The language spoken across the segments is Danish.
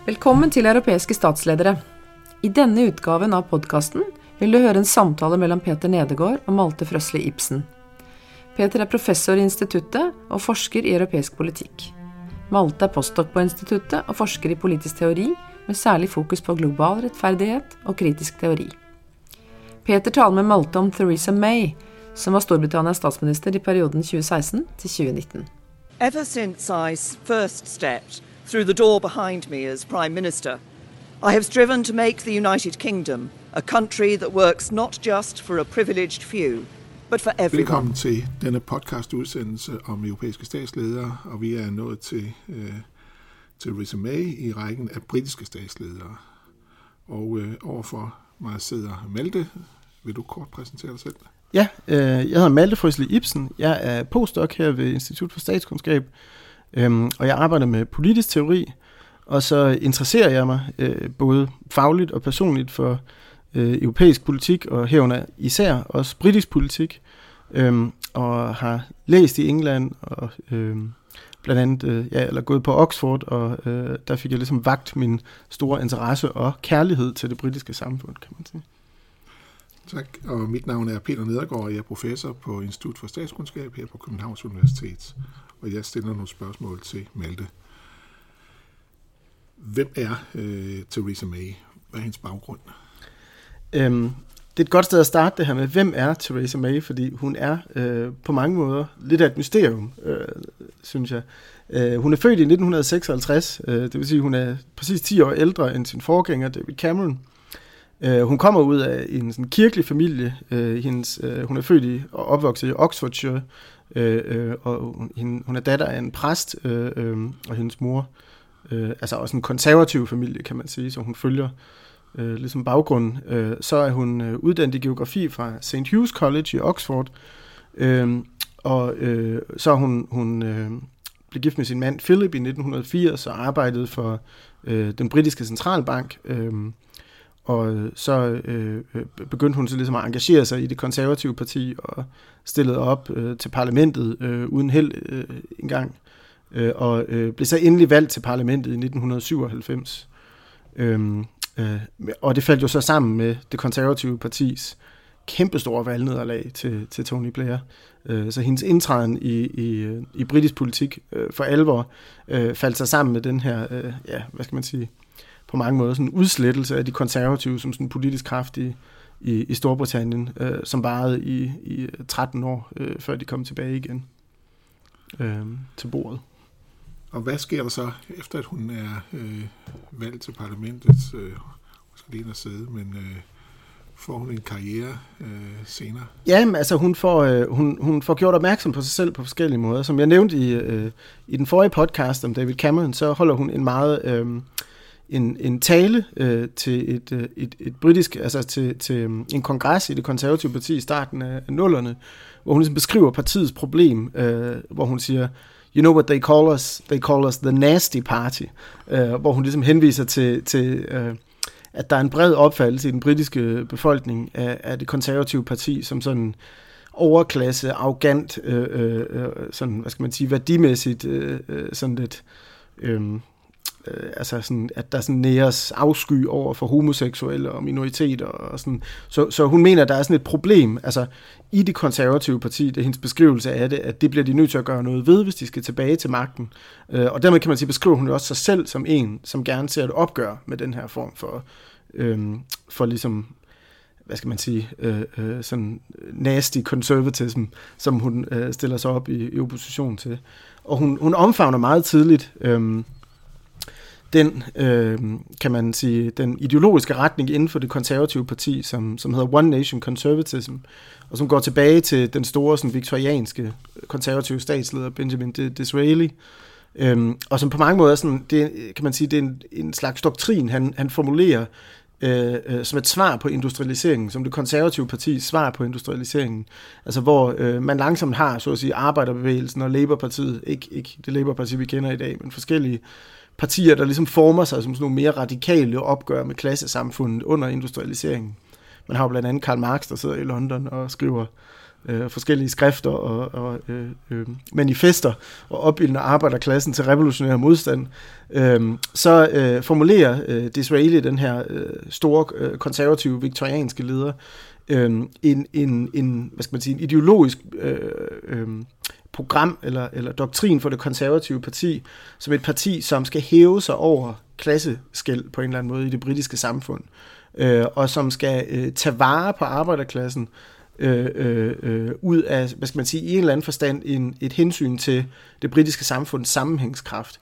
Velkommen til Europæiske statsledere. I denne utgaven av podcasten vil du høre en samtale mellem Peter Nedegård og Malte Frøsli Ibsen. Peter er professor i instituttet og forsker i europæisk politikk. Malte er postdoc på instituttet og forsker i politisk teori, med særlig fokus på global rettferdighet og kritisk teori. Peter taler med Malte om Theresa May, som var Storbritannias statsminister i perioden 2016 til 2019. Ever since I first stepped through the door behind me as Prime Minister, I have striven to make the United Kingdom a country that works not just for a privileged few, but for everyone. Velkommen til denne podcastudsendelse om europæiske statsledere, og vi er nået til Theresa May i rækken af britiske statsledere. Og overfor mig sidder Malte. Vil du kort præsentere dig selv? Ja, jeg hedder Malte Frøsli Ibsen. Jeg er postdoc her ved Institut for Statskundskab, og jeg arbejder med politisk teori, og så interesserer jeg mig både fagligt og personligt for europæisk politik, og herunder især også britisk politik, og har læst i England, og blandt andet eller gået på Oxford, og der fik jeg ligesom vakt min store interesse og kærlighed til det britiske samfund, kan man sige. Tak, og mit navn er Peter Nedegård, og jeg er professor på Institut for Statskundskab her på Københavns Universitet, og jeg stiller nogle spørgsmål til Malte. Hvem er Theresa May? Hvad er hendes baggrund? Det er et godt sted at starte det her med, hvem er Theresa May, fordi hun er på mange måder lidt af et mysterium, synes jeg. Hun er født i 1956, det vil sige, hun er præcis 10 år ældre end sin forgænger David Cameron. Hun kommer ud af en sådan kirkelig familie. Hun er født og opvokset i Oxfordshire, og hun er datter af en præst, og hendes mor, altså også en konservativ familie, kan man sige, så hun følger ligesom baggrunden. Så er hun uddannet i geografi fra St. Hugh's College i Oxford, og så hun blev gift med sin mand Philip i 1980 og arbejdede for den britiske centralbank. Og så begyndte hun så ligesom at engagere sig i det konservative parti og stillede op til parlamentet uden held engang. Og blev så endelig valgt til parlamentet i 1997. Og det faldt jo så sammen med det konservative partis kæmpestore valgnederlag til Tony Blair. Så hendes indtræden i britisk politik for alvor faldt sig sammen med den her, hvad skal man sige, på mange måder sådan en udslettelse af de konservative som sådan en politisk kraft i Storbritannien, som varede i 13 år, før de kom tilbage igen til bordet. Og hvad sker der så, efter at hun er valgt til parlamentet? Hun skal lige ind og sidde, men får hun en karriere senere? Jamen, altså hun får gjort opmærksom på sig selv på forskellige måder. Som jeg nævnte i den forrige podcast om David Cameron, så holder hun en meget en tale til et britisk, altså til en kongres i det konservative parti i starten af 00'erne, hvor hun ligesom beskriver partiets problem, hvor hun siger, you know what they call us the nasty party, hvor hun ligesom henviser til at der er en bred opfattelse i den britiske befolkning af det konservative parti som sådan overklasse, arrogant, sådan, hvad skal man sige, værdimæssigt, sådan lidt altså sådan, at der sådan næres afsky over for homoseksuelle og minoriteter og sådan. Så hun mener, at der er sådan et problem, altså i det konservative parti, det er hendes beskrivelse af det, at det bliver de nødt til at gøre noget ved, hvis de skal tilbage til magten. Og dermed kan man sige, beskriver hun jo også sig selv som en, som gerne ser et opgør med den her form for ligesom, hvad skal man sige, sådan nasty conservatism, som hun stiller sig op i opposition til. Og hun omfavner meget tidligt den, kan man sige, den ideologiske retning inden for det konservative parti, som hedder One Nation Conservatism, og som går tilbage til den store sådan, viktorianske konservative statsleder Benjamin Disraeli, og som på mange måder sådan, det, kan man sige, det er en slags doktrin, han formulerer som et svar på industrialiseringen, som det konservative partis svar på industrialiseringen, altså hvor man langsomt har, så at sige, arbejderbevægelsen og Labour-partiet, ikke det Labour-parti, vi kender i dag, men forskellige partier, der ligesom former sig som sådan nogle mere radikale opgør med klassesamfundet under industrialiseringen. Man har jo blandt andet Karl Marx, der sidder i London og skriver forskellige skrifter og manifester og opildner arbejderklassen til revolutionær modstand, så formulerer Disraeli, den her store konservative viktorianske leder, en hvad skal man sige, en ideologisk program eller doktrin for det konservative parti, som et parti, som skal hæve sig over klasseskel på en eller anden måde i det britiske samfund, og som skal tage vare på arbejderklassen ud af, hvad skal man sige, i en eller anden forstand et hensyn til det britiske samfunds sammenhængskraft.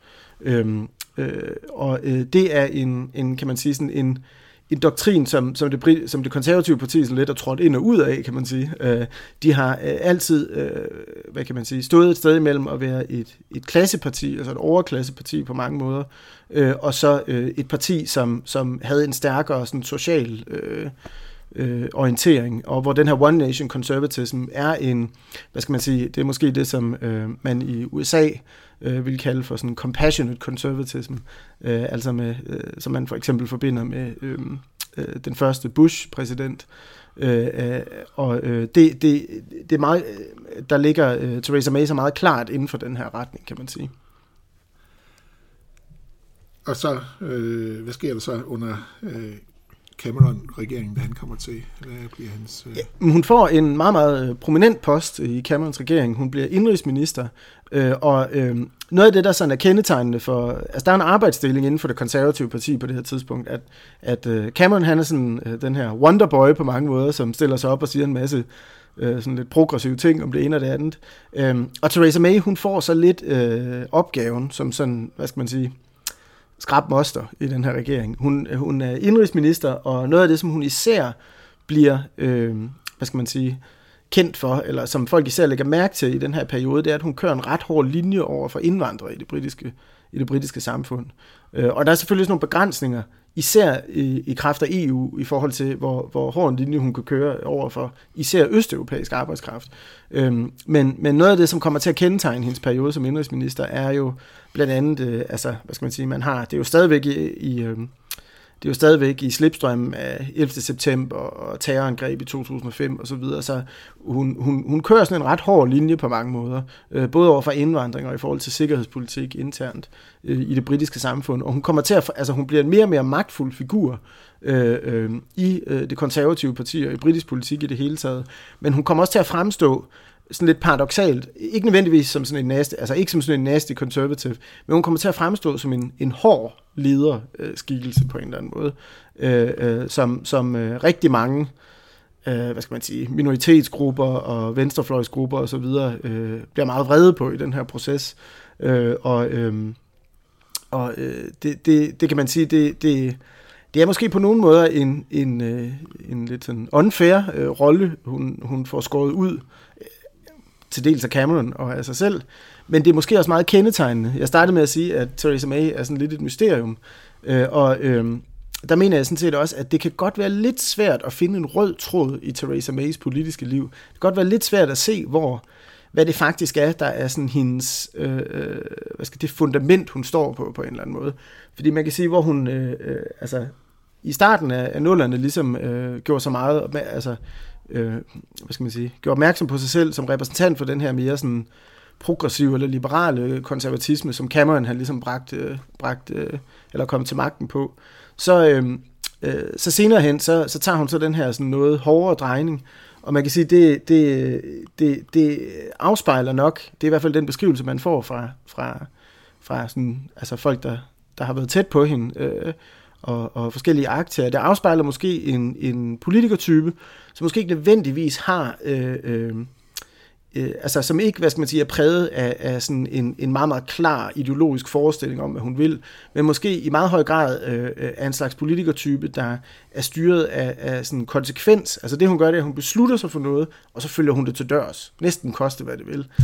Det er en kan man sige, sådan en doktrin, som det konservative parti sådan lidt er trådt ind og ud af, kan man sige. De har altid, hvad kan man sige, stået et sted imellem at være et klasseparti, altså et overklasseparti på mange måder, og så et parti, som havde en stærkere sådan social orientering, og hvor den her One Nation Conservatism er en, hvad skal man sige, det er måske det, som man i USA vil kalde for sådan compassionate conservatism, altså med, som man for eksempel forbinder med den første Bush-præsident, og det er meget, der ligger Theresa May så meget klart inden for den her retning, kan man sige. Og så, hvad sker der så under Cameron-regeringen, da han kommer til? Hvad bliver hans... Ja, hun får en meget, meget prominent post i Camerons regering. Hun bliver indrigsminister, og noget af det, der sådan er kendetegnende for... Altså, der er en arbejdsdeling inden for det konservative parti på det her tidspunkt, at Cameron, han er sådan den her wonderboy på mange måder, som stiller sig op og siger en masse sådan lidt progressive ting om det ene og det andet. Og Theresa May, hun får så lidt opgaven som sådan, hvad skal man sige, skrabmoster i den her regering. Hun er indrigsminister, og noget af det, som hun især bliver, hvad skal man sige, kendt for, eller som folk især lægger mærke til i den her periode, det er, at hun kører en ret hård linje over for indvandrere i det britiske samfund. Og der er selvfølgelig sådan nogle begrænsninger, især i kraft af EU, i forhold til, hvor hård en linje hun kan køre over for især østeuropæisk arbejdskraft. Men noget af det, som kommer til at kendetegne hendes periode som indrigsminister, er jo blandt andet, altså, hvad skal man sige, det er jo stadigvæk i slipstrømmen af 11. september og terrorangreb i 2005 og så videre, så hun kører sådan en ret hård linje på mange måder, både over for indvandring og i forhold til sikkerhedspolitik internt i det britiske samfund, og hun kommer til at, hun bliver en mere og mere magtfuld figur i det konservative parti og i britisk politik i det hele taget, men hun kommer også til at fremstå sådan lidt paradoksalt, ikke nødvendigvis som sådan en nasty, altså ikke som sådan en nasty conservative, men hun kommer til at fremstå som en hård lederskikkelse på en eller anden måde, som rigtig mange, hvad skal man sige, minoritetsgrupper og venstrefløjsgrupper og så videre bliver meget vrede på i den her proces, det kan man sige, det er måske på nogle måder en lidt sådan unfair rolle, hun får skåret ud, til dels af Cameron og af sig selv, men det er måske også meget kendetegnende. Jeg startede med at sige, at Theresa May er sådan lidt et mysterium, der mener jeg sådan set også, at det kan godt være lidt svært at finde en rød tråd i Theresa Mays politiske liv. Det kan godt være lidt svært at se, hvad det faktisk er, der er sådan hendes, det fundament, hun står på en eller anden måde. Fordi man kan sige, hvor hun, i starten af nullerne ligesom gjorde så meget, gjorde opmærksom på sig selv som repræsentant for den her mere sådan progressive eller liberale konservatisme, som Cameron han ligesom bragt eller kom til magten på. Så senere hen, så tager hun så den her sådan noget hårdere drejning, og man kan sige, det afspejler nok, det er i hvert fald den beskrivelse, man får fra sådan, altså folk, der har været tæt på hende, og forskellige aktier. Det afspejler måske en politikertype, som måske ikke nødvendigvis har, som ikke, hvad skal man sige, er præget af sådan en meget, meget klar ideologisk forestilling om, hvad hun vil, men måske i meget høj grad af en slags politikertype, der er styret af sådan konsekvens. Altså det, hun gør, det er, at hun beslutter sig for noget, og så følger hun det til dørs. Næsten koste, hvad det vil.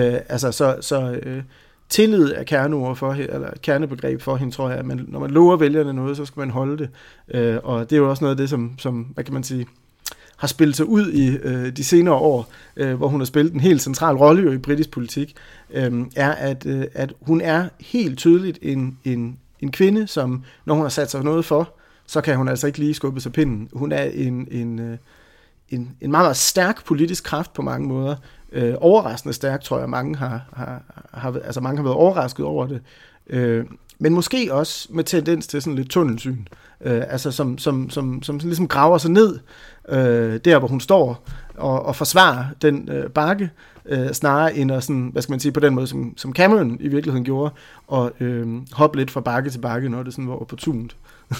Tillid er kerneord for hende, eller kernebegreb for hende, tror jeg, at når man lover vælgerne noget, så skal man holde det. Og det er jo også noget af det, som hvad kan man sige, har spillet sig ud i de senere år, hvor hun har spillet en helt central rolle jo i britisk politik, er, at hun er helt tydeligt en kvinde, som når hun har sat sig noget for, så kan hun altså ikke lige skubbe sig pinden. Hun er meget, meget stærk politisk kraft på mange måder. Overraskende stærk, tror jeg, mange har mange har været overrasket over det. Men måske også med tendens til sådan lidt tunnelsyn. Altså som ligesom graver sig ned der, hvor hun står, og forsvarer den bakke, snarere end at sådan, hvad skal man sige, på den måde, som Cameron i virkeligheden gjorde, og hoppe lidt fra bakke til bakke, når det sådan var opportunt.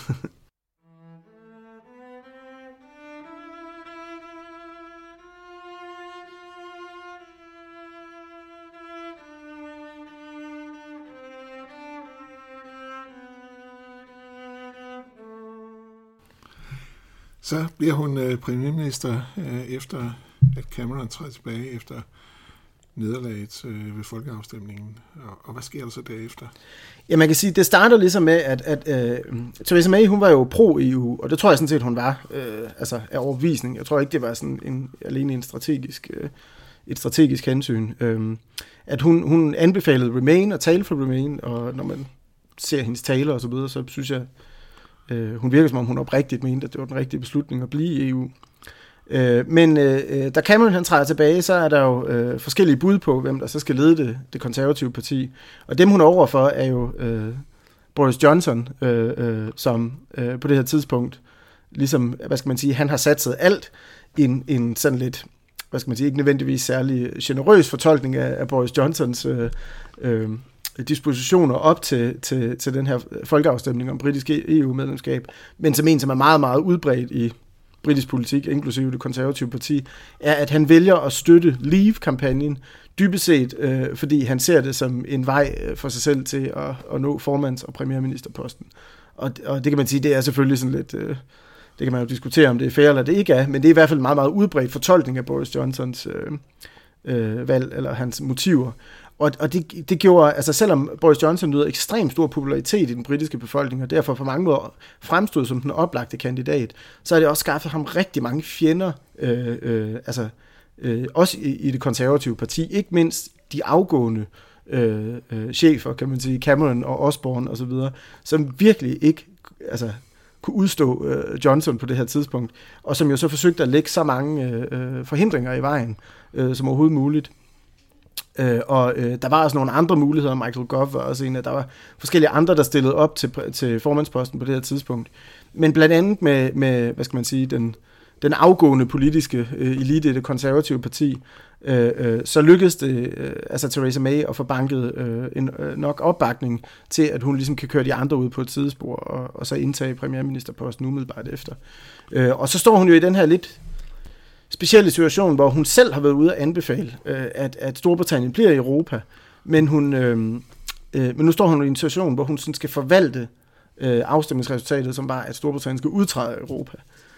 Så bliver hun premierminister efter, at Cameron træder tilbage efter nederlaget ved folkeafstemningen. Og hvad sker der så derefter? Ja, man kan sige, det starter ligesom med, at Theresa May, hun var jo pro-EU, og det tror jeg sådan set, hun var af overbevisning. Jeg tror ikke, det var sådan alene et strategisk hensyn. At hun anbefalede Remain og tale for Remain, og når man ser hendes taler og så videre, så synes jeg, hun virker som om, hun oprigtigt mente, at det var den rigtige beslutning at blive i EU. Men da Cameron han træder tilbage, så er der jo forskellige bud på, hvem der så skal lede det konservative parti. Og dem hun er overfor er jo Boris Johnson, som på det her tidspunkt, ligesom, hvad skal man sige, han har satset alt i en sådan lidt, hvad skal man sige, ikke nødvendigvis særlig generøs fortolkning af Boris Johnsons dispositioner op til den her folkeafstemning om britisk EU-medlemskab, men som er meget, meget udbredt i britisk politik, inklusive det konservative parti, er, at han vælger at støtte Leave-kampagnen, dybest set, fordi han ser det som en vej for sig selv til at nå formands- og premierministerposten. Og det kan man sige, det er selvfølgelig sådan lidt, det kan man jo diskutere, om det er fair eller det ikke er, men det er i hvert fald en meget, meget udbredt fortolkning af Boris Johnsons valg, eller hans motiver. Og det gjorde, altså selvom Boris Johnson nyder ekstremt stor popularitet i den britiske befolkning, og derfor på mange måder fremstod som den oplagte kandidat, så har det også skaffet ham rigtig mange fjender, også i det konservative parti, ikke mindst de afgående chefer, kan man sige, Cameron og Osborne osv., som virkelig ikke kunne udstå Johnson på det her tidspunkt, og som jo så forsøgte at lægge så mange forhindringer i vejen som overhovedet muligt. Der var også nogle andre muligheder. Michael Gove var også en af, der var forskellige andre, der stillede op til formandsposten på det her tidspunkt. Men blandt andet med hvad skal man sige, den afgående politiske elite i det konservative parti, så lykkedes det Theresa May at få banket nok opbakning til, at hun ligesom kan køre de andre ud på et sidespor og så indtage premierministerposten umiddelbart efter. Og så står hun jo i den her lidt specielle situation, hvor hun selv har været ude at anbefale, at Storbritannien bliver i Europa, men nu står hun i en situation, hvor hun sådan skal forvalte afstemningsresultatet, som var, at Storbritannien skal udtræde af Europa.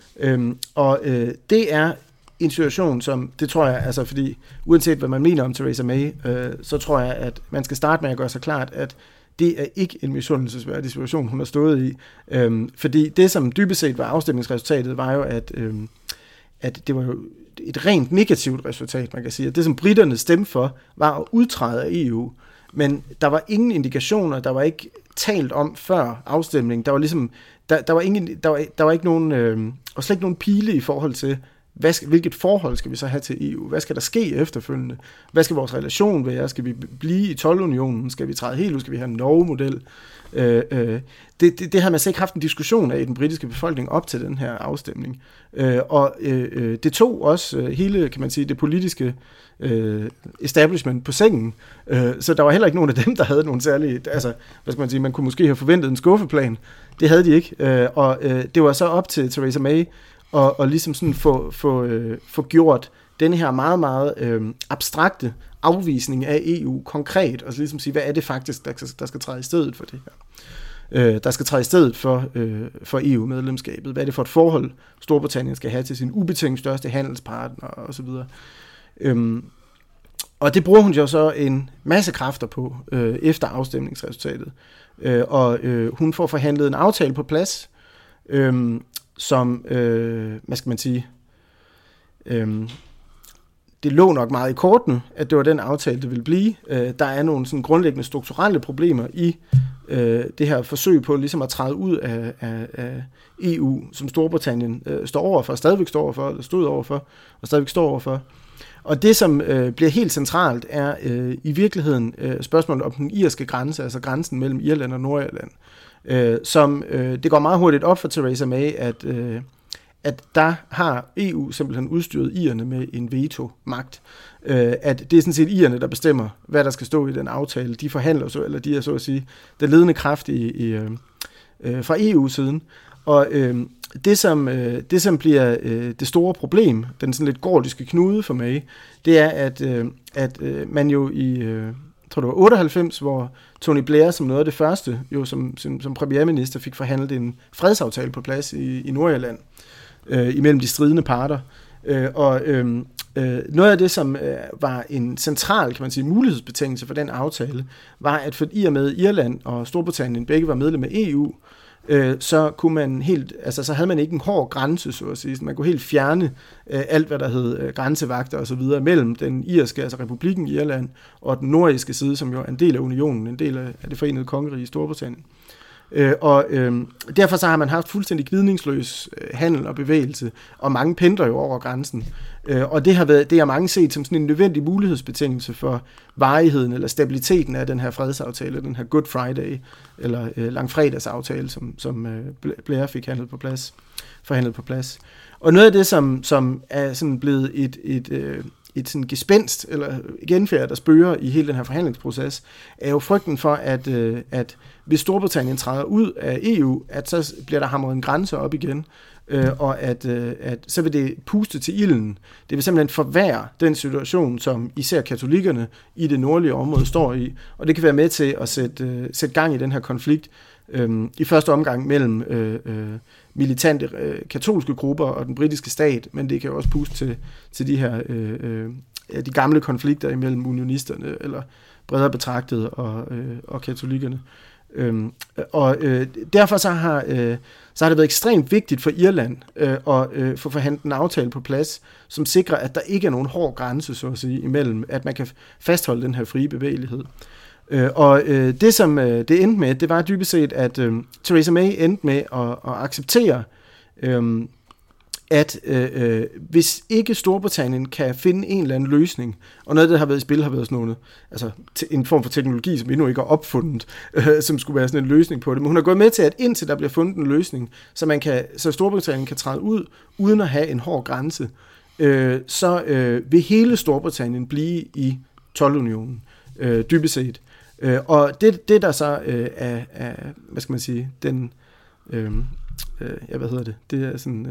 Det er en situation, som, det tror jeg, fordi uanset hvad man mener om Theresa May, så tror jeg, at man skal starte med at gøre sig klart, at det er ikke en misundelsesværdig situation, hun har stået i. Fordi det, som dybest set var afstemningsresultatet, var jo, at det var jo et rent negativt resultat, man kan sige. Det, som briterne stemte for, var at udtræde af EU. Men der var ingen indikationer, der var ikke talt om før afstemningen. Der var ligesom, der var ikke nogen, og slet ikke nogen pile i forhold til, hvilket forhold skal vi så have til EU? Hvad skal der ske efterfølgende? Hvad skal vores relation være? Skal vi blive i toldunionen? Skal vi træde helt ud? Skal vi have en Norge-model? Det har man så ikke haft en diskussion af i den britiske befolkning op til den her afstemning. Det tog også hele, kan man sige, det politiske establishment på sengen. Så der var heller ikke nogen af dem, der havde nogen særlige, hvad skal man sige, man kunne måske have forventet en skuffeplan. Det havde de ikke. Det var så op til Theresa May og ligesom sådan få gjort denne her meget, meget abstrakte afvisning af EU konkret, og så ligesom sige, hvad er det faktisk, der skal træde i stedet for det her. Der skal træde i stedet for EU-medlemskabet. Hvad er det for et forhold, Storbritannien skal have til sin ubetinget største handelspartner, og så videre. Og det bruger hun jo så en masse kræfter på, efter afstemningsresultatet. Hun får forhandlet en aftale på plads, som, hvad skal man sige, det lå nok meget i kortene, at det var den aftale, det ville blive. Der er nogle sådan grundlæggende strukturelle problemer i det her forsøg på ligesom at træde ud af EU, som Storbritannien står overfor, stadigvæk står overfor, eller stod overfor, og stadigvæk står overfor. Og det, som bliver helt centralt, er i virkeligheden spørgsmålet om den irske grænse, altså grænsen mellem Irland og Nordirland, som det går meget hurtigt op for Theresa May, at der har EU simpelthen udstyret irerne med en veto-magt. At det er sådan set irerne, der bestemmer, hvad der skal stå i den aftale. De forhandler så, eller de er så at sige den ledende kraft fra EU-siden. Og det, som bliver det store problem, den sådan lidt gordiske knude for mig, det er, at man jo i, tror det var 98, hvor Tony Blair som noget af det første, jo som premierminister, fik forhandlet en fredsaftale på plads i Nordirland, imellem de stridende parter. Noget af det, som var en central, kan man sige, mulighedsbetingelse for den aftale, var, at i og med Irland og Storbritannien begge var medlem af EU, så kunne man så havde man ikke en hård grænse, så at sige. Man kunne helt fjerne alt, hvad der hed grænsevagter og så videre mellem den irske, altså Republikken Irland, og den nordiske side, som jo er en del af unionen, en del af det forenede kongerige i Storbritannien. Derfor så har man haft fuldstændig gnidningsløs handel og bevægelse, og mange pendler jo over grænsen. Og det har mange set som sådan en nødvendig mulighedsbetingelse for varigheden eller stabiliteten af den her fredsaftale, den her Good Friday eller langfredagsaftale, som Blair fik forhandlet på plads. Og noget af det, som er sådan blevet et sådan gespenst eller genfærd, der spøger i hele den her forhandlingsproces, er jo frygten for, at hvis Storbritannien træder ud af EU, at så bliver der hamret en grænse op igen, og at så vil det puste til ilden. Det vil simpelthen forværre den situation, som især katolikkerne i det nordlige område står i, og det kan være med til at sætte gang i den her konflikt, i første omgang mellem militante katolske grupper og den britiske stat, men det kan jo også puste til de her de gamle konflikter imellem unionisterne, eller bredere betragtet, og katolikkerne. Derfor så har det været ekstremt vigtigt for Irland at få forhandlet en aftale på plads, som sikrer, at der ikke er nogen hård grænse, så at sige, imellem, at man kan fastholde den her frie bevægelighed. Det, som det endte med, det var dybest set, at Theresa May endte med at acceptere, at hvis ikke Storbritannien kan finde en eller anden løsning, og noget af det, der har været i spil, har været sådan noget, altså en form for teknologi, som endnu ikke er opfundet, som skulle være sådan en løsning på det, men hun har gået med til, at indtil der bliver fundet en løsning, så Storbritannien kan træde ud, uden at have en hård grænse, så vil hele Storbritannien blive i toldunionen, dybest set. Og det der så er, hvad skal man sige, den, det er sådan,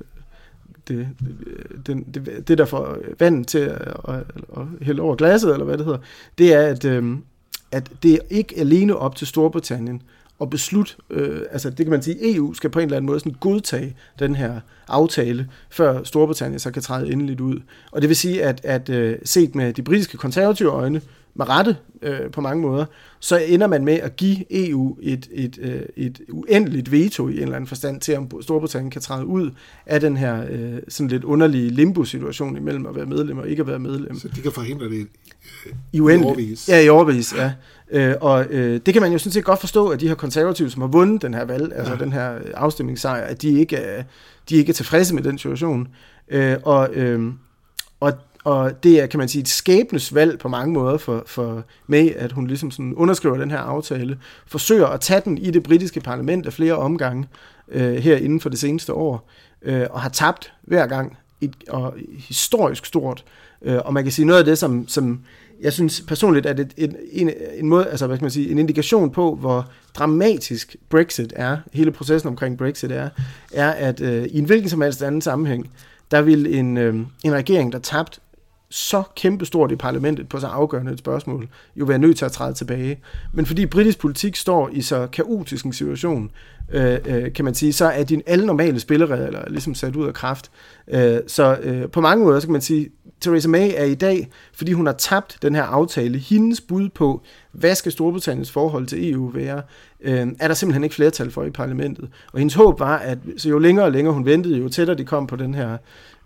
det der får vandet til at hælde over glasset, eller hvad det hedder, det er, at det er ikke alene op til Storbritannien at beslutte, det kan man sige, EU skal på en eller anden måde sådan godtage den her aftale, før Storbritannien så kan træde endeligt ud. Og det vil sige, at set med de britiske konservative øjne, med rette på mange måder, så ender man med at give EU et uendeligt veto i en eller anden forstand til, om Storbritannien kan træde ud af den her sådan lidt underlige limbo-situation imellem at være medlem og ikke at være medlem. Så de kan forhindre det i årevis. Ja, i årevis, ja. Det kan man jo sådan set godt forstå, at de her konservative, som har vundet den her valg, altså den her afstemningssejr, at de ikke er tilfredse med den situation. Og det er, kan man sige, et skæbnesvalg på mange måder for May, at hun ligesom sådan underskriver den her aftale, forsøger at tage den i det britiske parlament af flere omgange her inden for det seneste år, og har tabt hver gang, og historisk stort. Og man kan sige noget af det, som jeg synes personligt, at en måde, altså hvad kan man sige, en indikation på, hvor dramatisk Brexit er, hele processen omkring Brexit er at i en hvilken som helst anden sammenhæng, der vil en regering, der tabt så kæmpestort i parlamentet på så afgørende et spørgsmål, jo være nødt til at træde tilbage. Men fordi britisk politik står i så kaotisk en situation, kan man sige, så er alle normale spilleregler ligesom sat ud af kraft. Så på mange måder, så kan man sige, Theresa May er i dag, fordi hun har tabt den her aftale, hendes bud på, hvad skal Storbritanniens forhold til EU være, er der simpelthen ikke flertal for i parlamentet. Og hendes håb var, at så jo længere og længere hun ventede, jo tættere de kom på den her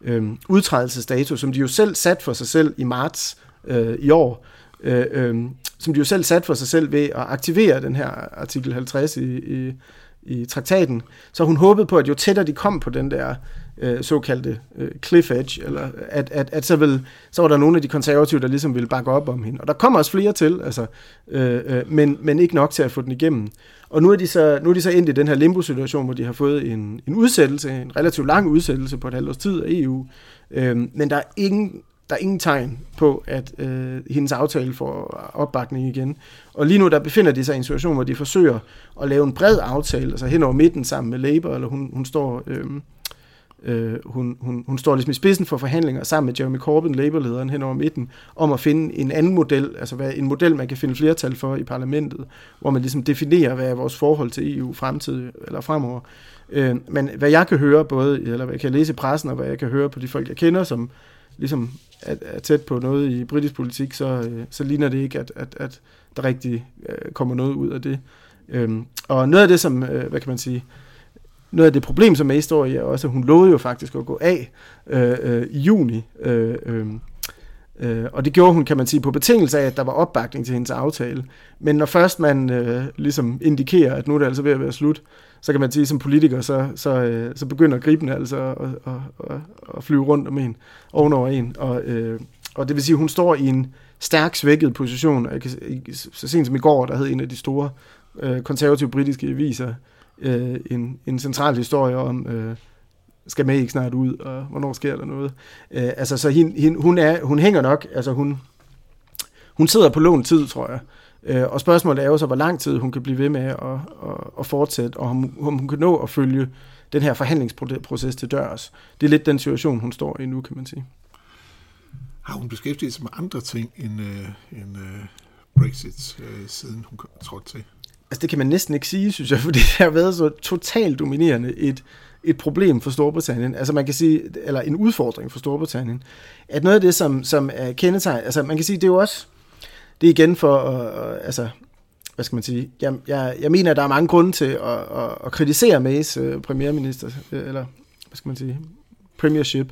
udtrædelsesdato, som de jo selv sat for sig selv i marts i år, som de jo selv satte for sig selv ved at aktivere den her artikel 50 i traktaten. Så hun håbede på, at jo tættere de kom på den der såkaldte cliff edge, eller at så var der nogle af de konservative, der ligesom ville bakke op om hende. Og der kommer også flere til, altså, men ikke nok til at få den igennem. Og nu er de så endt i den her limbo-situation, hvor de har fået en udsættelse, en relativt lang udsættelse på et halvt års tid af EU, men der er ingen tegn på, at hendes aftale får opbakning igen. Og lige nu der befinder de sig i en situation, hvor de forsøger at lave en bred aftale, altså hen over midten sammen med Labour, eller hun står ligesom i spidsen for forhandlinger sammen med Jeremy Corbyn, Labour-lederen, hen over midten, om at finde en anden model, altså en model, man kan finde flertal for i parlamentet, hvor man ligesom definerer, hvad er vores forhold til EU fremtid eller fremover. Men hvad jeg kan høre, eller hvad jeg kan læse i pressen, og hvad jeg kan høre på de folk, jeg kender, som ligesom er tæt på noget i britisk politik, så ligner det ikke, at der rigtig kommer noget ud af det. Og noget af det, som, hvad kan man sige, noget af det problem, som May står i, er også, at hun lovede jo faktisk at gå af i juni. Og det gjorde hun, kan man sige, på betingelse af, at der var opbakning til hendes aftale. Men når først man ligesom indikerer, at nu er det altså ved at være slut, så kan man sige, som politiker, så begynder gribene altså at flyve rundt om en, ovenover en. Og det vil sige, at hun står i en stærk svækket position. Så sent som i går, der havde en af de store konservative britiske aviser en central historie om, skal May ikke snart ud, og hvornår sker der noget. Altså, så hun hænger nok, altså hun sidder på lånt tid, tror jeg. Og spørgsmålet er jo så, hvor lang tid hun kan blive ved med at fortsætte, og om hun kan nå at følge den her forhandlingsproces til dørs. Det er lidt den situation, hun står i nu, kan man sige. Har hun beskæftiget sig med andre ting end Brexit, siden hun trådte til? Altså det kan man næsten ikke sige, synes jeg, fordi det har været så totalt dominerende et problem for Storbritannien, altså man kan sige, eller en udfordring for Storbritannien, at noget af det, som er kendetegn, altså man kan sige, det er jo også, det er igen for, altså, hvad skal man sige, jeg mener, at der er mange grunde til at kritisere Mays premierminister, eller hvad skal man sige, premiership,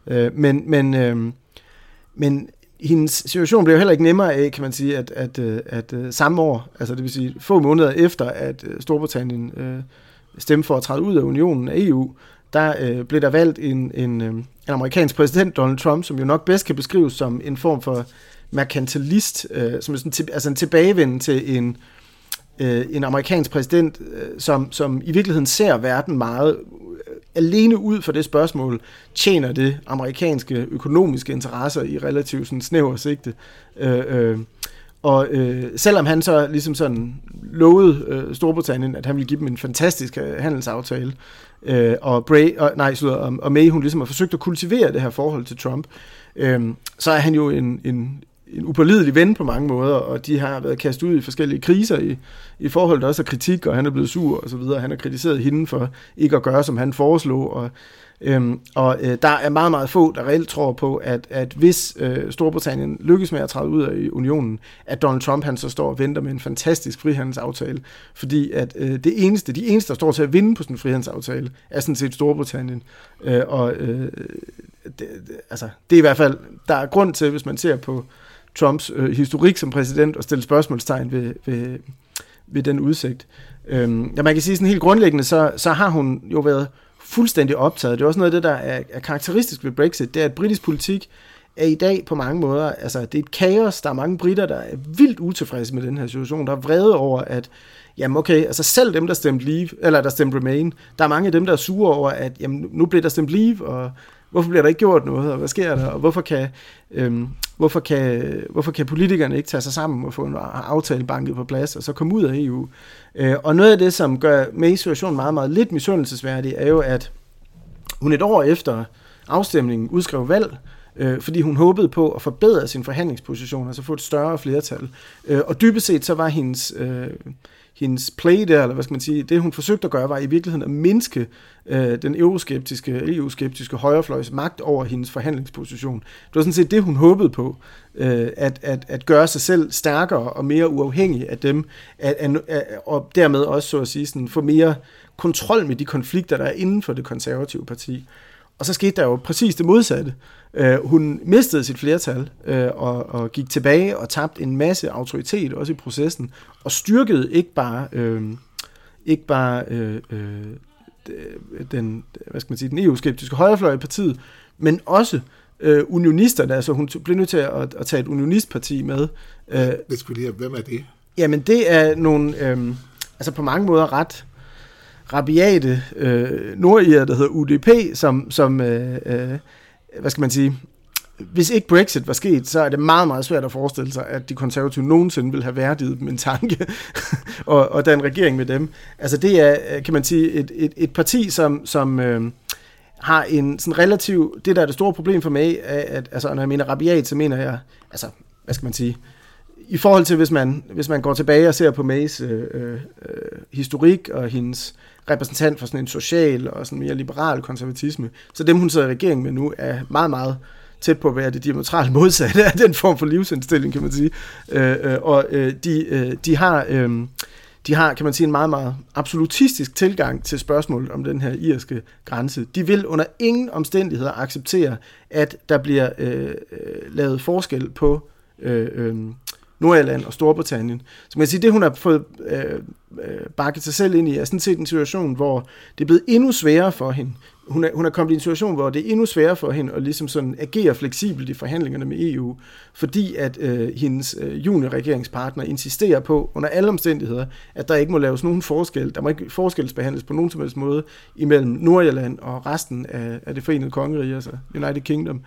men hendes situation blev heller ikke nemmere af, kan man sige, at samme år, altså det vil sige få måneder efter, at Storbritannien stemte for at træde ud af unionen af EU, der blev der valgt en amerikansk præsident, Donald Trump, som jo nok bedst kan beskrives som en form for merkantilist, som er sådan altså en tilbagevenden til en amerikansk præsident, som i virkeligheden ser verden meget alene ud for det spørgsmål, tjener det amerikanske økonomiske interesser i relativt sådan snæver sigte. Selvom han så ligesom sådan lovede Storbritannien, at han ville give dem en fantastisk handelsaftale, og May, hun ligesom har forsøgt at kultivere det her forhold til Trump, så er han jo en upålidelig ven på mange måder, og de har været kastet ud i forskellige kriser i forhold til også kritik, og han er blevet sur og så videre. Han har kritiseret hende for ikke at gøre, som han foreslog, og der er meget, meget få, der reelt tror på, at hvis Storbritannien lykkes med at træde ud af unionen, at Donald Trump han så står og venter med en fantastisk frihandelsaftale, fordi at de eneste, der står til at vinde på sådan en frihandelsaftale, er sådan set Storbritannien. Det er i hvert fald, der er grund til, hvis man ser på Trumps historik som præsident, og stille spørgsmålstegn ved den udsigt. Man kan sige sådan helt grundlæggende, så har hun jo været fuldstændig optaget. Det er også noget af det, der er karakteristisk ved Brexit, det er, at britisk politik er i dag på mange måder, altså det er et kaos, der er mange briter, der er vildt utilfredse med den her situation, der er vrede over, at jamen okay, altså selv dem, der stemte Leave, eller der stemte Remain, der er mange af dem, der er sure over, at jamen, nu bliver der stemt Leave, og hvorfor bliver der ikke gjort noget, og hvad sker der, og hvorfor kan politikerne ikke tage sig sammen og få en aftale banket på plads, og så komme ud af EU. Og noget af det, som gør Mays situation meget, meget lidt misundelsesværdig, er jo, at hun et år efter afstemningen udskrev valg, fordi hun håbede på at forbedre sin forhandlingsposition, altså få et større flertal. Og dybest set så var hendes play der, eller hvad skal man sige, det hun forsøgte at gøre, var i virkeligheden at mindske den EU-skeptiske højrefløjs magt over hendes forhandlingsposition. Det var sådan set det, hun håbede på, at gøre sig selv stærkere og mere uafhængig af dem, og dermed også, så at sige, sådan, få mere kontrol med de konflikter, der er inden for det konservative parti. Og så skete der jo præcis det modsatte. Hun mistede sit flertal og gik tilbage og tabte en masse autoritet også i processen, og styrkede ikke bare den EU-skeptiske højrefløj i partiet, men også unionisterne. Altså hun blev nødt til at tage et unionistparti med. Det skulle lige have, hvem er det? Jamen det er nogle altså på mange måder ret rabiate nordirer, der hedder UDP, som hvad skal man sige, hvis ikke Brexit var sket, så er det meget, meget svært at forestille sig, at de konservative nogensinde ville have værdiget dem en tanke og den regering med dem. Altså det er, kan man sige, et parti, som har en sådan relativ, det der er det store problem for mig, at altså, når jeg mener rabiat, så mener jeg, altså, hvad skal man sige, i forhold til, hvis man går tilbage og ser på Mays historik og hendes repræsentant for sådan en social og sådan mere liberal konservatisme, så dem, hun sidder i regering med nu, er meget, meget tæt på at være det diametralt modsatte af den form for livsindstilling, kan man sige. De har, kan man sige, en meget, meget absolutistisk tilgang til spørgsmålet om den her irske grænse. De vil under ingen omstændigheder acceptere, at der bliver lavet forskel på Nordirland og Storbritannien. Så man kan sige, det hun har fået bakket sig selv ind i, er sådan set en situation, hvor det er blevet endnu sværere for hende. Hun er kommet i en situation, hvor det er endnu sværere for hende at ligesom sådan agere fleksibelt i forhandlingerne med EU, fordi at hendes juniorregeringspartner insisterer på, under alle omstændigheder, at der ikke må laves nogen forskel. Der må ikke forskelsbehandles på nogen som helst måde imellem Nordirland og resten af det forenede kongerige, altså United Kingdom.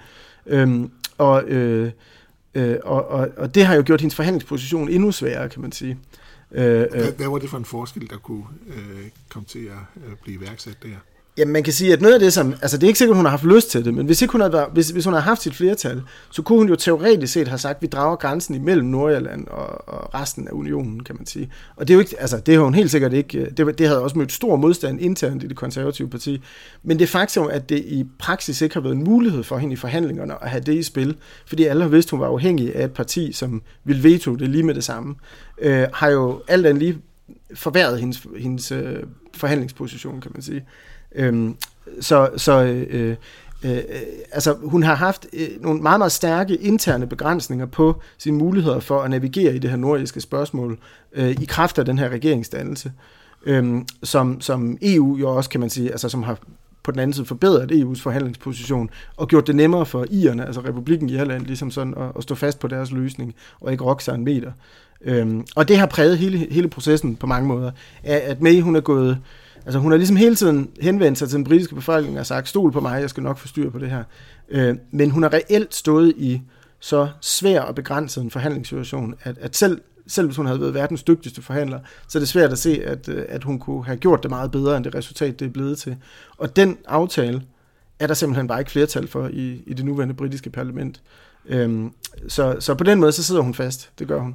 Og det har jo gjort hendes forhandlingsposition endnu sværere, kan man sige. Hvad var det for en forskel, der kunne komme til at blive iværksat der? Jamen, man kan sige, at noget af det, altså det er ikke sikkert, hun har haft lyst til det, men hvis hun havde haft sit flertal, så kunne hun jo teoretisk set have sagt, at vi drager grænsen imellem Nordirland og resten af unionen, kan man sige. Og det er jo ikke, altså det har hun helt sikkert ikke, det havde også mødt stor modstand internt i det konservative parti, men det faktum, at det i praksis ikke har været en mulighed for hende i forhandlingerne at have det i spil, fordi alle har vidst, hun var afhængig af et parti, som ville veto det lige med det samme, har jo alt andet lige forværret hendes forhandlingsposition, kan man sige. Altså hun har haft nogle meget, meget stærke interne begrænsninger på sine muligheder for at navigere i det her nordiske spørgsmål i kraft af den her regeringsdannelse, som EU jo også, kan man sige, altså som har på den anden side forbedret EU's forhandlingsposition og gjort det nemmere for irerne, altså Republikken Irland, ligesom sådan at stå fast på deres løsning og ikke rokke sig en meter. Og det har præget hele processen på mange måder, at May, hun er gået. Altså hun har ligesom hele tiden henvendt sig til den britiske befolkning og sagt, stol på mig, jeg skal nok få styr på det her. Men hun har reelt stået i så svær og begrænset en forhandlingssituation, at selv hvis hun havde været verdens dygtigste forhandler, så er det svært at se, at hun kunne have gjort det meget bedre, end det resultat, det er blevet til. Og den aftale er der simpelthen bare ikke flertal for i det nuværende britiske parlament. Så på den måde, så sidder hun fast. Det gør hun.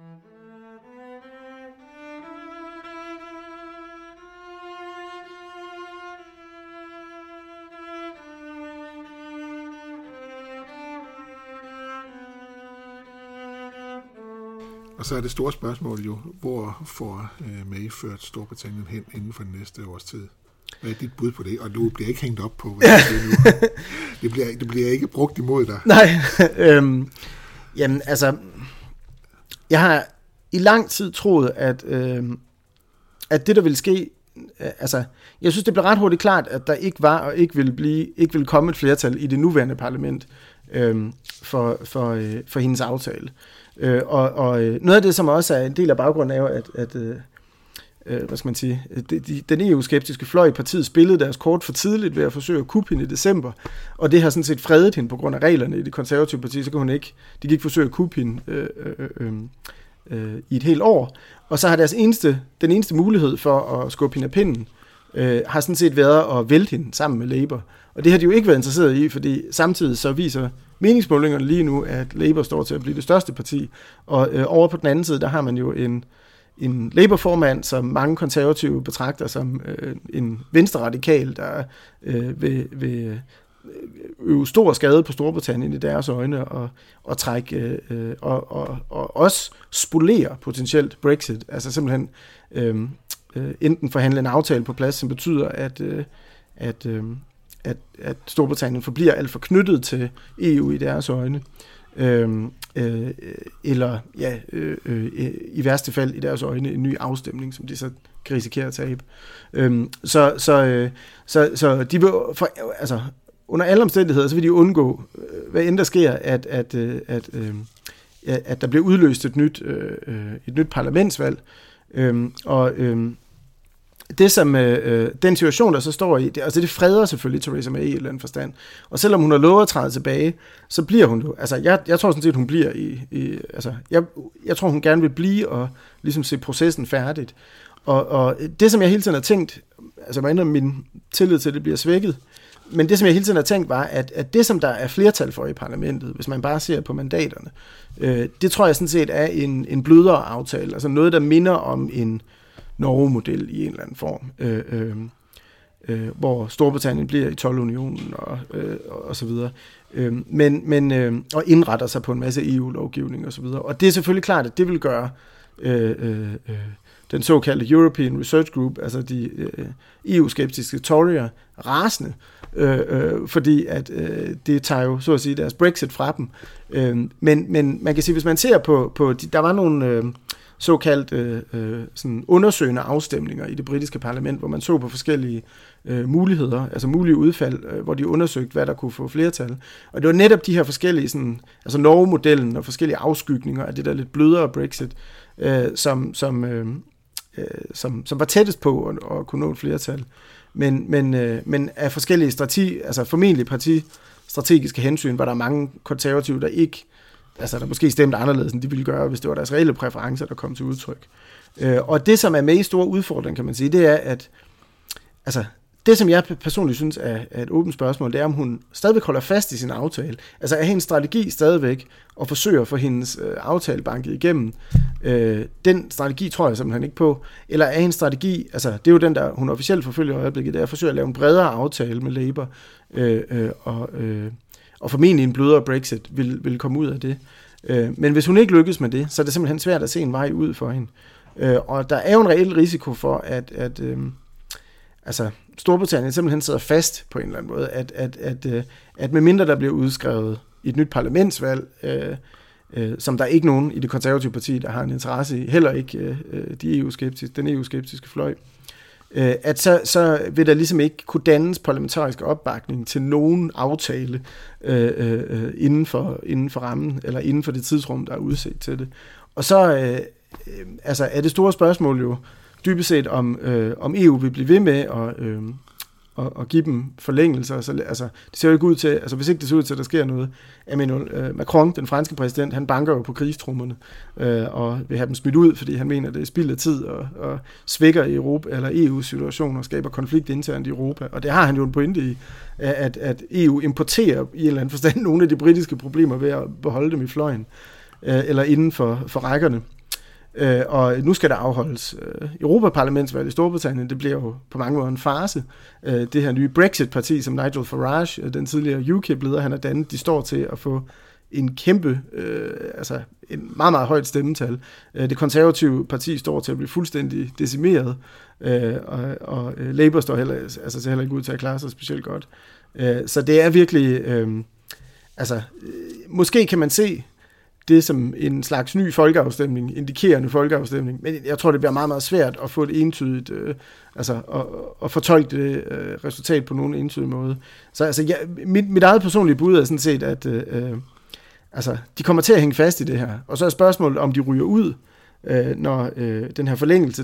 Og så er det store spørgsmål jo, hvor får May ført Storbritannien hen inden for den næste års tid? Hvad er dit bud på det? Og du bliver ikke hængt op på, hvad det er nu. Det bliver ikke brugt imod dig. Nej, jamen altså, jeg har i lang tid troet, at det, der ville ske, altså, jeg synes, det blev ret hurtigt klart, at der ikke var og ikke ville komme et flertal i det nuværende parlament for hendes aftale. Og noget af det, som også er en del af baggrunden, er jo, at hvad skal man sige, den EU-skeptiske fløj i partiet spillede deres kort for tidligt ved at forsøge at kuppe hende i december, og det har sådan set fredet hende på grund af reglerne i det konservative parti, så kan de kan ikke forsøge at kuppe hende i et helt år, og så har den eneste mulighed for at skubbe hende af pinden, har sådan set været at vælte hende sammen med Labour, og det har de jo ikke været interesseret i, fordi samtidig så viser meningsmålingerne lige nu, at Labour står til at blive det største parti, og over på den anden side, der har man jo en Labour-formand, som mange konservative betragter som en venstreradikal, der vil øve stor skade på Storbritannien i deres øjne, og trække og også spolere potentielt Brexit, altså simpelthen enten forhandle en aftale på plads, som betyder, at Storbritannien forbliver alt for knyttet til EU i deres øjne, eller i værste fald i deres øjne en ny afstemning, som de så kan risikere at tabe. Så de vil, altså under alle omstændigheder, så vil de undgå, hvad end der sker, at der bliver udløst et nyt parlamentsvalg. Det som den situation, der så står i, det freder selvfølgelig Theresa May i et eller andet forstand. Og selvom hun har lovet at træde tilbage, så bliver hun jo. Altså, jeg tror sådan set, hun bliver jeg tror, hun gerne vil blive og ligesom se processen færdigt. Og det, som jeg hele tiden har tænkt, altså jeg ændrer min tillid til, at det bliver svækket, men det, som jeg hele tiden har tænkt, var, at det, som der er flertal for i parlamentet, hvis man bare ser på mandaterne, det tror jeg sådan set er en blødere aftale, altså noget, der minder om en Norge-model i en eller anden form, hvor Storbritannien bliver i toldunionen og så videre, og indretter sig på en masse EU-lovgivning og så videre. Og det er selvfølgelig klart, at det vil gøre den såkaldte European Research Group, altså de EU-skeptiske Tory'er, rasende, fordi at det tager jo, så at sige, deres Brexit fra dem. Men man kan sige, hvis man ser på der var nogle såkaldt sådan undersøgende afstemninger i det britiske parlament, hvor man så på forskellige muligheder, altså mulige udfald, hvor de undersøgte, hvad der kunne få flertal. Og det var netop de her forskellige, sådan, altså Norge-modellen og forskellige afskygninger af det der lidt blødere Brexit, som var tættest på at kunne nå et flertal. Men af forskellige altså formentlig partistrategiske hensyn, var der mange konservative, der ikke, altså der måske stemte anderledes, end de ville gøre, hvis det var deres reelle præferencer, der kom til udtryk. Og det, som er med i store udfordring, kan man sige, det er, at altså, det, som jeg personligt synes er et åbent spørgsmål, det er, om hun stadigvæk holder fast i sin aftale. Altså er hendes strategi stadigvæk at forsøge at få hendes aftale banket igennem. Den strategi tror jeg simpelthen ikke på. Eller er hendes strategi, altså det er jo den, der hun officielt forfølger i øjeblikket, det er at forsøge at lave en bredere aftale med Labour, og formentlig en blødere Brexit vil komme ud af det. Men hvis hun ikke lykkes med det, så er det simpelthen svært at se en vej ud for hende. Og der er jo en reel risiko for, at altså Storbritannien simpelthen sidder fast på en eller anden måde, at medmindre der bliver udskrevet et nyt parlamentsvalg, som der er ikke nogen i det konservative parti, der har en interesse i, heller ikke den EU-skeptiske fløj, at så vil der ligesom ikke kunne dannes parlamentarisk opbakning til nogen aftale inden for rammen, eller inden for det tidsrum, der er udset til det. Og så altså er det store spørgsmål jo dybest set, om EU vil blive ved med at give dem forlængelser. Så, altså, det ser jo ikke ud til, altså hvis ikke det ser ud til, at der sker noget. Emmanuel Macron, den franske præsident, han banker jo på krigstrummerne og vil have dem smidt ud, fordi han mener, at det er spild af tid og svækker Europa, eller EU's situation og skaber konflikt internt i Europa. Og det har han jo en pointe i, at EU importerer i en eller anden forstand nogle af de britiske problemer ved at beholde dem i fløjen, eller inden for rækkerne. Og nu skal der afholdes Europaparlamentsvalg i Storbritannien. Det bliver jo på mange måder en farce. Det her nye Brexit-parti, som Nigel Farage, den tidligere UKIP-leder, han har dannet, de står til at få en kæmpe, altså en meget, meget højt stemmetal. Det konservative parti står til at blive fuldstændig decimeret, og Labour står heller ikke ud til at klare sig specielt godt. Så det er virkelig, måske kan man se det som en slags ny folkeafstemning, indikerende folkeafstemning, men jeg tror, det bliver meget, meget svært at få et entydigt, at fortolke det resultat på nogen entydig måde. Så altså, mit eget personlige bud er sådan set, at de kommer til at hænge fast i det her, og så er spørgsmålet, om de ryger ud, når den her forlængelse,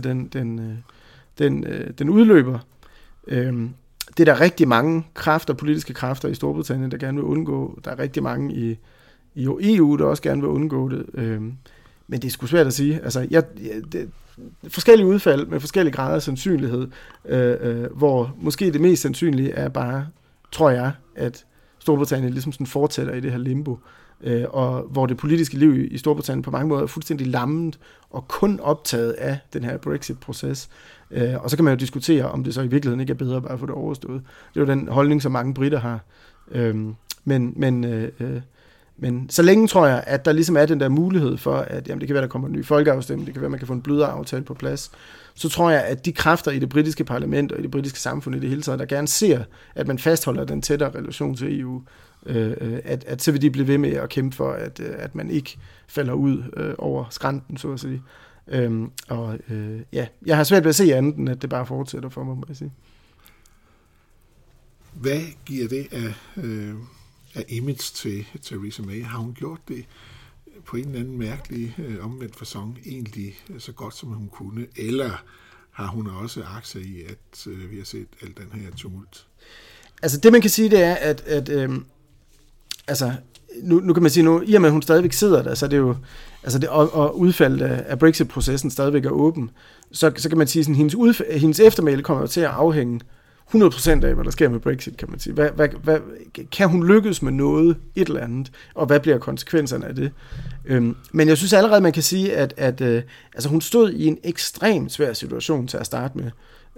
den udløber. Det er der rigtig mange politiske kræfter i Storbritannien, der gerne vil undgå. Der er rigtig mange i EU, der også gerne vil undgå det. Men det er sgu svært at sige. Altså, forskellige udfald med forskellige grader af sandsynlighed, hvor måske det mest sandsynlige er bare, tror jeg, at Storbritannien ligesom sådan fortsætter i det her limbo, og hvor det politiske liv i Storbritannien på mange måder er fuldstændig lammet og kun optaget af den her Brexit-proces. Og så kan man jo diskutere, om det så i virkeligheden ikke er bedre bare at få det overstået. Det er jo den holdning, som mange briter har. Men så længe tror jeg, at der ligesom er den der mulighed for, at jamen, det kan være, der kommer en ny folkeafstemning, det kan være, man kan få en blødere aftale på plads, så tror jeg, at de kræfter i det britiske parlament og i det britiske samfund i det hele taget, der gerne ser, at man fastholder den tættere relation til EU, at så vil de blive ved med at kæmpe for, at man ikke falder ud over skrænten, så at sige. Jeg har svært ved at se andet, end at det bare fortsætter for mig, må jeg sige. Hvad giver det af image til Theresa May? Har hun gjort det på en eller anden mærkelig omvendt facon egentlig så godt, som hun kunne? Eller har hun også aktier i, at vi har set al den her tumult? Altså det man kan sige, det er, at nu kan man sige, i og med at hun stadigvæk sidder der, så er det jo, og udfaldet af Brexit-processen stadigvæk er åben, så kan man sige, at hendes eftermæle kommer jo til at afhænge 100% af, hvad der sker med Brexit, kan man sige. Hvad, kan hun lykkes med noget, et eller andet, og hvad bliver konsekvenserne af det? Men jeg synes allerede, man kan sige, at hun stod i en ekstremt svær situation til at starte med.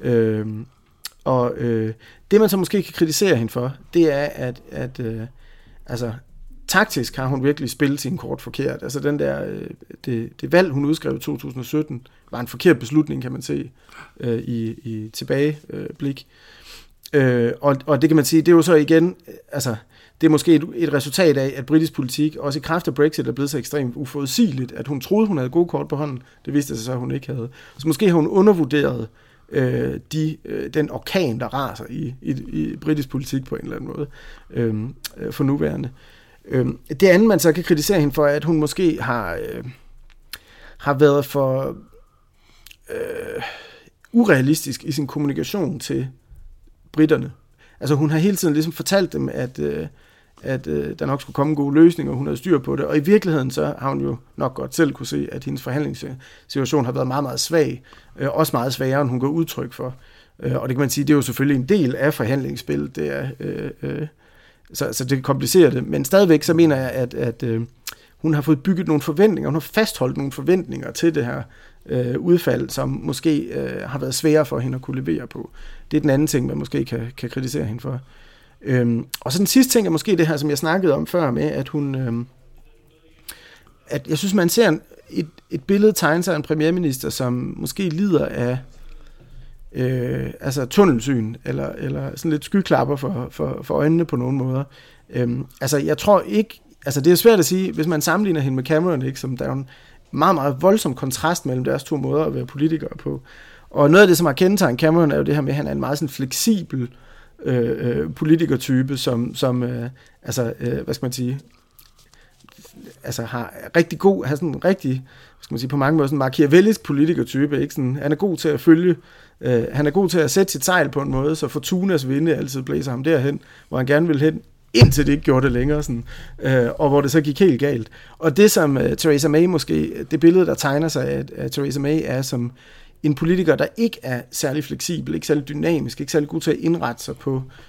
Det man så måske kan kritisere hende for, det er, at taktisk har hun virkelig spillet sin kort forkert. Altså den der, det valg, hun udskrev i 2017, var en forkert beslutning, kan man se, i tilbageblik. Og det kan man sige, det er jo så igen, det er måske et resultat af, at britisk politik, også i kraft af Brexit, er blevet så ekstremt uforudsigeligt, at hun troede, hun havde gode kort på hånden. Det viste sig så, at hun ikke havde. Så måske har hun undervurderet den orkan, der raser i britisk politik på en eller anden måde, for nuværende. Det andet, man så kan kritisere hende for, er, at hun måske har været for urealistisk i sin kommunikation til britterne. Altså hun har hele tiden ligesom fortalt dem, at der nok skulle komme en god løsning, og hun havde styr på det. Og i virkeligheden så har hun jo nok godt selv kunne se, at hendes forhandlingssituation har været meget, meget svag. Også meget svagere, end hun går udtryk for. Og det kan man sige, det er jo selvfølgelig en del af forhandlingsspillet. Det er, så det komplicerer det. Men stadigvæk så mener jeg, at hun har fået bygget nogle forventninger. Hun har fastholdt nogle forventninger til det her udfald, som måske har været svære for hende at kunne levere på. Det er den anden ting, man måske kan kritisere hende for. Og så den sidste ting er måske det her, som jeg snakkede om før med, at hun... at jeg synes, man ser et billede tegne sig af en premierminister, som måske lider af tunnelsyn, eller sådan lidt skyklapper for øjnene på nogle måder. Jeg tror ikke... det er svært at sige, hvis man sammenligner hende med Cameron, ikke, som der er en meget, meget voldsom kontrast mellem deres to måder at være politikere på. Og noget af det, som har kendetegnet Cameron, er jo det her med, at han er en meget sådan fleksibel politikertype, som hvad skal man sige, har rigtig god, har sådan en rigtig, skal man sige, på mange måder sådan en machiavellisk politikertype, ikke? Sådan, han er god til at følge, han er god til at sætte sit sejl på en måde, så Fortunas vinde altid blæser ham derhen, hvor han gerne vil hen, indtil det ikke gjorde det længere, sådan, og hvor det så gik helt galt. Og det som Theresa May måske, det billede, der tegner sig af Theresa May, er som en politiker, der ikke er særlig fleksibel, ikke særlig dynamisk, ikke særlig god til at indrette sig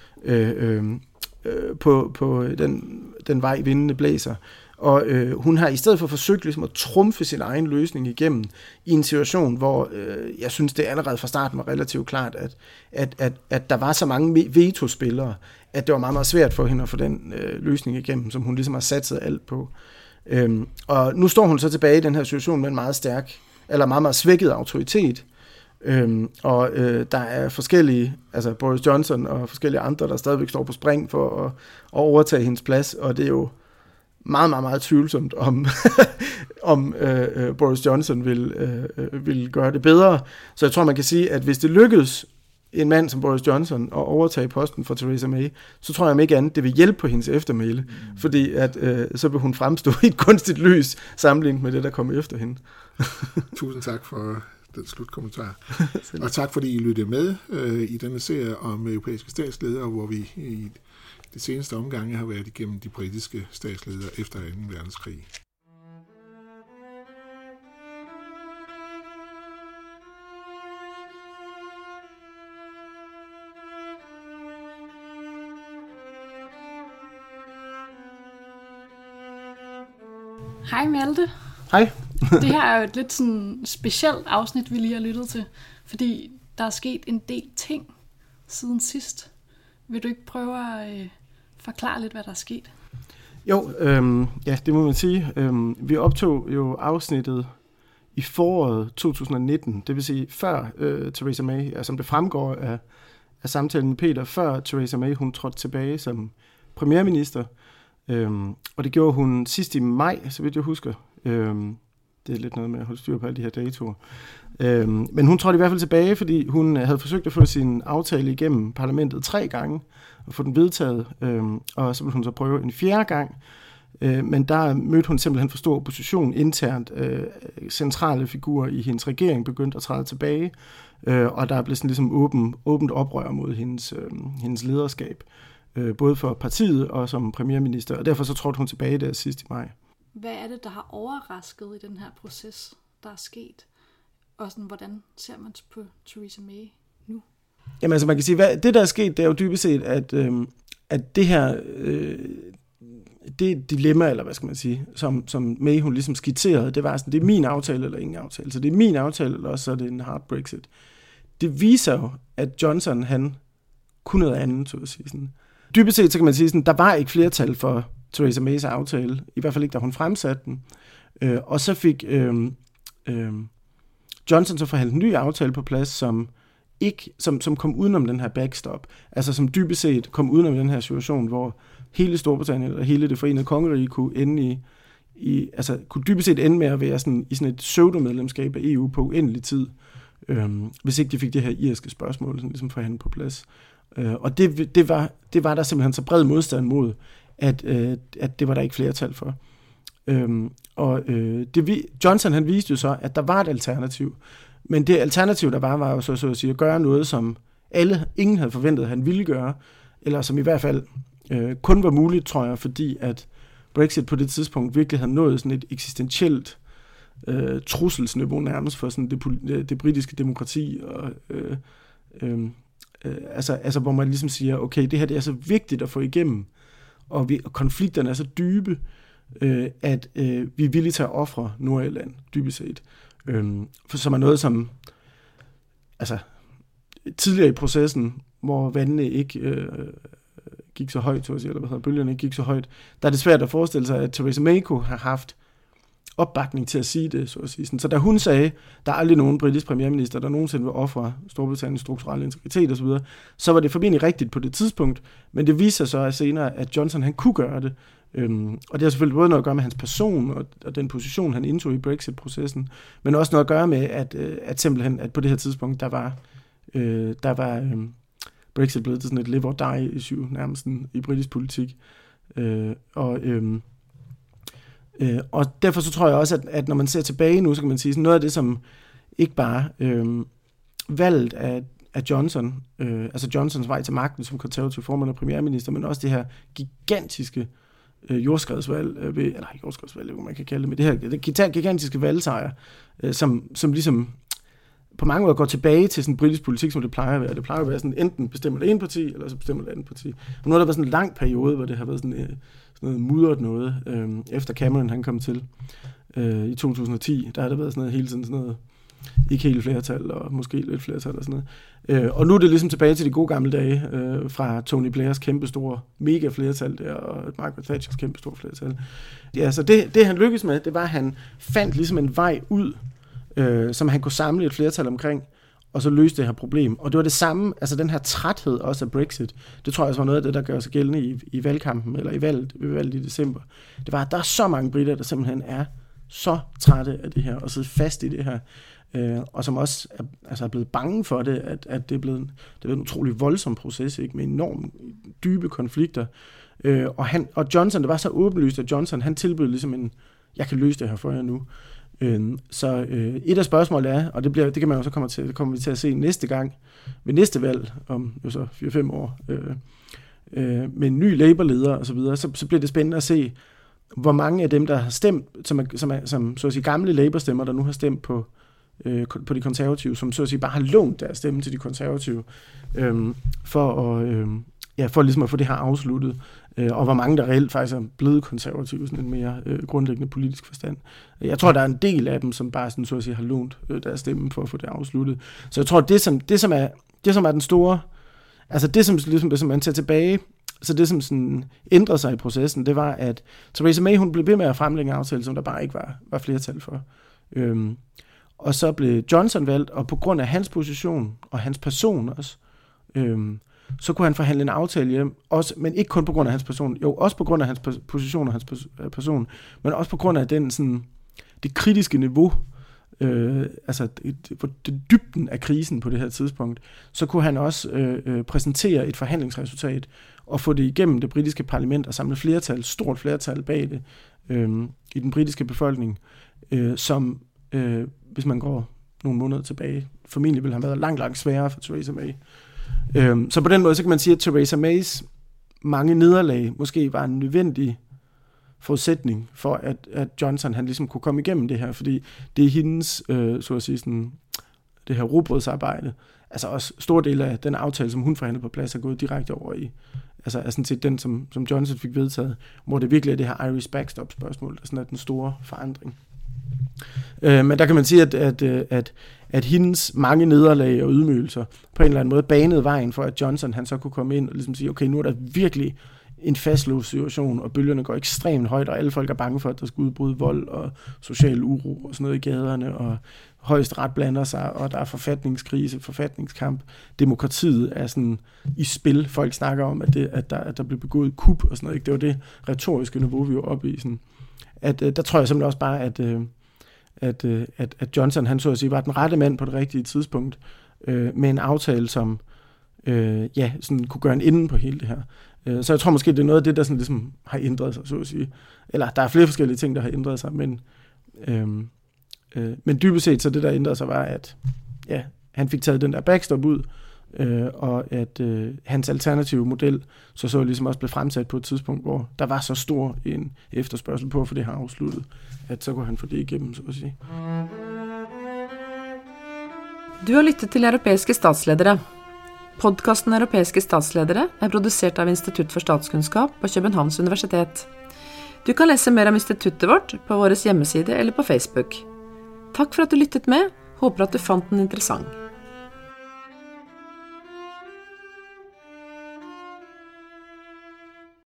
på den vej, vindene blæser. Og hun har i stedet for forsøgt ligesom at trumfe sin egen løsning igennem i en situation, hvor jeg synes, det allerede fra starten var relativt klart, at der var så mange veto-spillere, at det var meget, meget svært for hende at få den løsning igennem, som hun ligesom har satset alt på. Og nu står hun så tilbage i den her situation med en meget stærk, eller meget, meget svækket autoritet. Der er forskellige, Boris Johnson og forskellige andre, der stadigvæk står på spring for at overtage hendes plads, og det er jo meget, meget, meget tvivlsomt, om Boris Johnson vil gøre det bedre. Så jeg tror, man kan sige, at hvis det lykkedes en mand som Boris Johnson at overtage posten for Theresa May, så tror jeg om ikke andet, det vil hjælpe på hendes eftermæle, fordi at, så vil hun fremstå i et kunstigt lys sammenlignet med det, der kommer efter hende. Tusind tak for den slutkommentar. Og tak fordi I lyttede med i denne serie om europæiske statsledere, hvor vi i de seneste omgange har været igennem de britiske statsledere efter 2. verdenskrig. Hej Malte. Hej. Det her er jo et lidt sådan specielt afsnit, vi lige har lyttet til, fordi der er sket en del ting siden sidst. Vil du ikke prøve at forklare lidt, hvad der er sket? Jo, ja, det må man sige. Vi optog jo afsnittet i foråret 2019, det vil sige før Theresa May, altså som det fremgår af samtalen med Peter, før Theresa May hun trådte tilbage som premierminister. Og det gjorde hun sidst i maj, så vidt jeg husker. Det er lidt noget med at holde styr på alle de her datoer. Men hun trådte i hvert fald tilbage, fordi hun havde forsøgt at få sin aftale igennem parlamentet 3 gange, og få den vedtaget, og så ville hun så prøve en 4. gang. Men der mødte hun simpelthen for stor opposition internt. Centrale figurer i hendes regering begyndte at træde tilbage, og der blev sådan ligesom åbent oprør mod hendes lederskab, både for partiet og som premierminister, og derfor så trådte hun tilbage der sidst i maj. Hvad er det, der har overrasket i den her proces, der er sket? Og sådan, hvordan ser man på Theresa May nu? Jamen altså man kan sige, det der er sket, det er jo dybest set, at det her, det dilemma, eller hvad skal man sige, som May hun ligesom skitserede, det var sådan, det er min aftale eller ingen aftale. Så det er min aftale, eller også så er det en hard Brexit. Det viser jo, at Johnson, han kunne noget andet, så at sige sådan. Dybest set, så kan man sige sådan, der var ikke flertal for Theresa Mays aftale, i hvert fald ikke, da hun fremsatte den. Og så fik Johnson så forhandlet en ny aftale på plads, som kom udenom den her backstop. Altså som dybest set kom udenom den her situation, hvor hele Storbritannien eller hele det forenede kongerige kunne ende kunne dybest set ende med at være sådan, i sådan et pseudomedlemskab af EU på uendelig tid, hvis ikke de fik det her irske spørgsmål sådan ligesom forhandlet på plads. Og det var der simpelthen så bred modstand mod, at det var der ikke flertal for. Johnson han viste jo så, at der var et alternativ, men det alternativ, der var jo så at sige at gøre noget, som ingen havde forventet, at han ville gøre, eller som i hvert fald kun var muligt, tror jeg, fordi at Brexit på det tidspunkt virkelig havde nået sådan et eksistentielt trusselsniveau nærmest for sådan det britiske demokrati, og altså hvor man ligesom siger, okay, det her det er så vigtigt at få igennem, og konflikterne er så dybe, at vi er villige til at ofre Nordirland, dybest set. For som er noget, som altså tidligere i processen, hvor vandene ikke gik så højt, eller bølgerne ikke gik så højt, der er det svært at forestille sig, at Theresa May kunne have haft opbakning til at sige det, så at sige. Så da hun sagde, der er aldrig nogen britisk premierminister, der nogensinde vil ofre Storbritanniens strukturelle integritet osv., så var det formentlig rigtigt på det tidspunkt, men det viser sig så senere, at Johnson han kunne gøre det. Og det har selvfølgelig både noget at gøre med hans person og den position, han indtog i Brexit-processen, men også noget at gøre med, at simpelthen, at på det her tidspunkt, der var Brexit blevet til sådan et live or die issue, nærmest i britisk politik. Og derfor så tror jeg også, at når man ser tilbage nu, så kan man sige, sådan noget af det, som ikke bare valget af Johnson, altså Johnsons vej til magten som konservativ formand og premierminister, men også det her gigantiske jordskredsvalg, man kan kalde det, med det her gigantiske valgsejr, som ligesom på mange måder går tilbage til sådan en britisk politik, som det plejer at være. Det plejer at være sådan, enten bestemmer det ene parti, eller så bestemmer det andet parti. Og nu har der været sådan en lang periode, hvor det har været sådan noget mudret noget, efter Cameron han kom til i 2010. Der har der været sådan noget hele tiden sådan noget, ikke helt flertal, og måske lidt flertal og sådan noget. Og nu er det ligesom tilbage til de gode gamle dage, fra Tony Blairs kæmpestore mega flertal der, og Margaret Thatchers kæmpestore flertal. Ja, så det han lykkedes med, det var, at han fandt ligesom en vej ud, som han kunne samle et flertal omkring, og så løse det her problem. Og det var det samme, altså den her træthed også af Brexit, det tror jeg også var noget af det, der gør sig gældende i valgkampen, eller ved valget i december. Det var, at der er så mange briter, der simpelthen er så trætte af det her, og sidder fast i det her, og som også er blevet bange for det, at det er blevet en utrolig voldsom proces, ikke, med enormt dybe konflikter. Og Johnson, det var så åbenlyst, at Johnson, han tilbød ligesom jeg kan løse det her for jer nu. Så et af spørgsmålet er, og det kan man jo så kommer vi til at se næste gang, ved næste valg, om jo så 4-5 år, med en ny Labour-leder og så videre, så bliver det spændende at se, hvor mange af dem, der har stemt, som så at sige gamle Labour-stemmer, der nu har stemt på de konservative, som så at sige bare har lånt deres stemme til de konservative, for ligesom at få det her afsluttet, og hvor mange der reelt faktisk er blevet konservative, sådan en mere grundlæggende politisk forstand. Jeg tror, der er en del af dem, som bare sådan, så at sige, har lånt deres stemme for at få det afsluttet. Så jeg tror, det som er den store, altså det som man tager tilbage, Så det, som sådan ændrede sig i processen, det var, at Theresa May, hun blev ved med at fremlægge en aftale, som der bare ikke var flertal for. Og så blev Johnson valgt, og på grund af hans position, og hans person også, så kunne han forhandle en aftale hjem, også, men ikke kun på grund af hans person, jo også på grund af hans position og hans person, men også på grund af den, sådan, det kritiske niveau, altså det dybden af krisen på det her tidspunkt, så kunne han også præsentere et forhandlingsresultat og få det igennem det britiske parlament og samle flertal, stort flertal bag det i den britiske befolkning, som hvis man går nogle måneder tilbage, formentlig ville have været langt sværere for Theresa May. Så på den måde, så kan man sige, at Theresa Mays mange nederlag måske var en nødvendig forudsætning for, at Johnson han ligesom kunne komme igennem det her, fordi det er hendes, så at sige, sådan, det her rugbrødsarbejde, altså også stor del af den aftale, som hun forhandlede på plads, er gået direkte over i, altså er sådan set den, som Johnson fik vedtaget, hvor det virkelig er det her Irish backstop-spørgsmål, der sådan er den store forandring. Men der kan man sige, at hendes mange nederlag og ydmygelser på en eller anden måde banede vejen for, at Johnson han så kunne komme ind og ligesom sige, okay, nu er der virkelig en fastlåst situation, og bølgerne går ekstremt højt, og alle folk er bange for, at der skal udbryde vold og social uro og sådan noget i gaderne, og højesteret blander sig, og der er forfatningskrise, forfatningskamp. Demokratiet er sådan i spil. Folk snakker om, at der blev begået kup og sådan noget. Ikke? Det var det retoriske niveau, vi var oppe i. Sådan. Der tror jeg simpelthen også bare, at Johnson, han så at sige, var den rette mand på det rigtige tidspunkt, med en aftale, som sådan kunne gøre en ende på hele det her. Så jeg tror måske, det er noget af det, der sådan ligesom har ændret sig, så at sige. Eller der er flere forskellige ting, der har ændret sig, men dybest set, så det, der ændrede sig, var, at han fik taget den der backstop ud, og at hans alternative model så ligesom også blev fremsat på et tidspunkt, hvor der var så stor en efterspørgsel på, for det har afsluttet, at så kunne han få det igennem, så at sige. Du har lyttet til Europæiske statsledere. Podcasten Europæiske statsledere er produceret av Institutt for Statskundskap på Københavns Universitet. Du kan læse mer om instituttet vårt på vores hjemmeside eller på Facebook. Takk for at du lyttet med. Håper at du fandt den interessant.